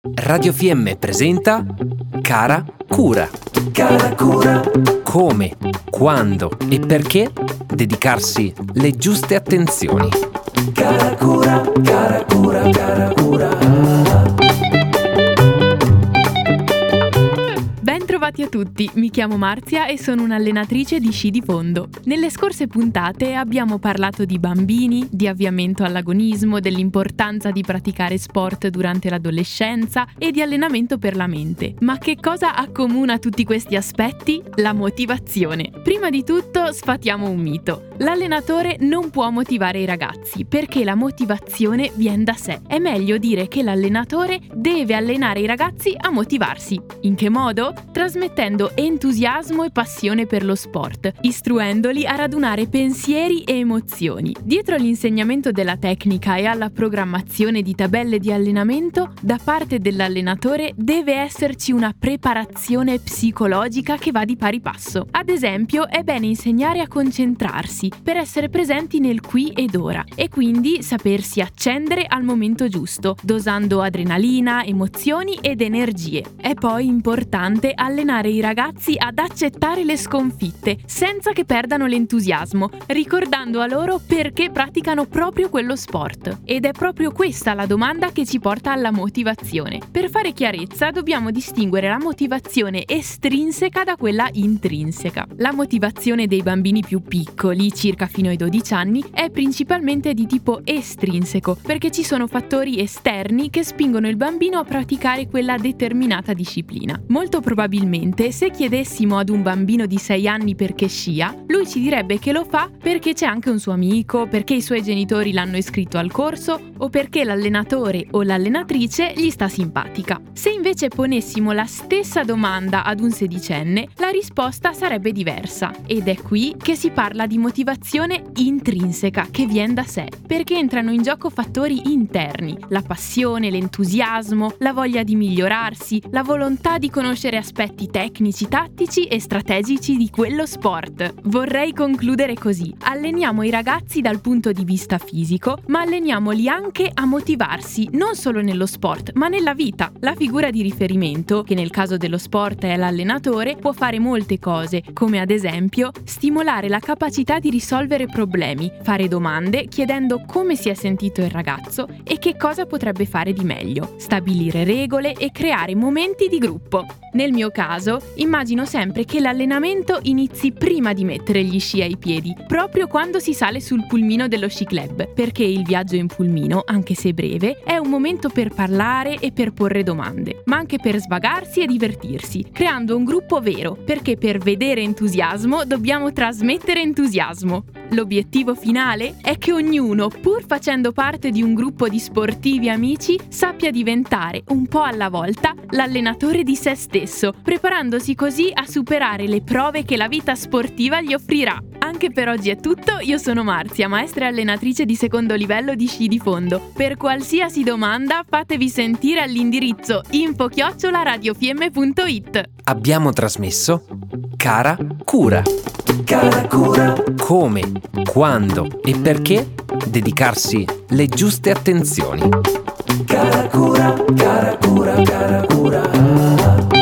Radio FM presenta Cara Cura. Cara Cura. Come, quando e perché dedicarsi le giuste attenzioni. Cara Cura, cara cura, cara cura. Bentrovati a tutti, mi chiamo Marzia e sono un'allenatrice di sci di fondo. Nelle scorse puntate abbiamo parlato di bambini, di avviamento all'agonismo, dell'importanza di praticare sport durante l'adolescenza e di allenamento per la mente. Ma che cosa accomuna tutti questi aspetti? La motivazione. Prima di tutto sfatiamo un mito. L'allenatore non può motivare i ragazzi perché la motivazione viene da sé. È meglio dire che l'allenatore deve allenare i ragazzi a motivarsi. In che modo? Trasmettendo entusiasmo e passione per lo sport, istruendoli a radunare pensieri e emozioni. Dietro all'insegnamento della tecnica e alla programmazione di tabelle di allenamento, da parte dell'allenatore deve esserci una preparazione psicologica che va di pari passo. Ad esempio, è bene insegnare a concentrarsi per essere presenti nel qui ed ora e quindi sapersi accendere al momento giusto, dosando adrenalina, emozioni ed energie. È poi importante allenare i ragazzi ad accettare le sconfitte senza che perdano l'entusiasmo, ricordando a loro perché praticano proprio quello sport. Ed è proprio questa la domanda che ci porta alla motivazione. Per fare chiarezza dobbiamo distinguere la motivazione estrinseca da quella intrinseca. La motivazione dei bambini più piccoli, circa fino ai 12 anni, è principalmente di tipo estrinseco, perché ci sono fattori esterni che spingono il bambino a praticare quella determinata disciplina. Molto probabilmente, se chiedessimo ad un bambino di 6 anni perché scia, lui ci direbbe che lo fa perché c'è anche un suo amico, perché i suoi genitori l'hanno iscritto al corso o perché l'allenatore o l'allenatrice gli sta simpatica. Se invece ponessimo la stessa domanda ad un sedicenne, la risposta sarebbe diversa. Ed è qui che si parla di motivazione intrinseca che viene da sé, perché entrano in gioco fattori interni: la passione, l'entusiasmo, la voglia di migliorarsi, la volontà di conoscere aspetti tecnici, tattici e strategici di quello sport. Vorrei concludere così: alleniamo i ragazzi dal punto di vista fisico, ma alleniamoli anche a motivarsi, non solo nello sport, ma nella vita. La figura di riferimento, che nel caso dello sport è l'allenatore, può fare molte cose, come ad esempio stimolare la capacità di risolvere problemi, fare domande chiedendo come si è sentito il ragazzo e che cosa potrebbe fare di meglio, stabilire regole e creare momenti di gruppo. Nel mio caso, immagino sempre che l'allenamento inizi prima di mettere gli sci ai piedi, proprio quando si sale sul pulmino dello sci club, perché il viaggio in pulmino, anche se breve, è un momento per parlare e per porre domande, ma anche per svagarsi e divertirsi, creando un gruppo vero, perché per vedere entusiasmo dobbiamo trasmettere entusiasmo. L'obiettivo finale è che ognuno, pur facendo parte di un gruppo di sportivi amici, sappia diventare, un po' alla volta, l'allenatore di se stesso, preparandosi così a superare le prove che la vita sportiva gli offrirà. Anche per oggi è tutto, io sono Marzia, maestra e allenatrice di secondo livello di sci di fondo. Per qualsiasi domanda fatevi sentire all'indirizzo info@radiofm.it. Abbiamo trasmesso Cara Cura. Cara Cura. Come, quando e perché dedicarsi le giuste attenzioni. Cara Cura, cara cura, cara cura.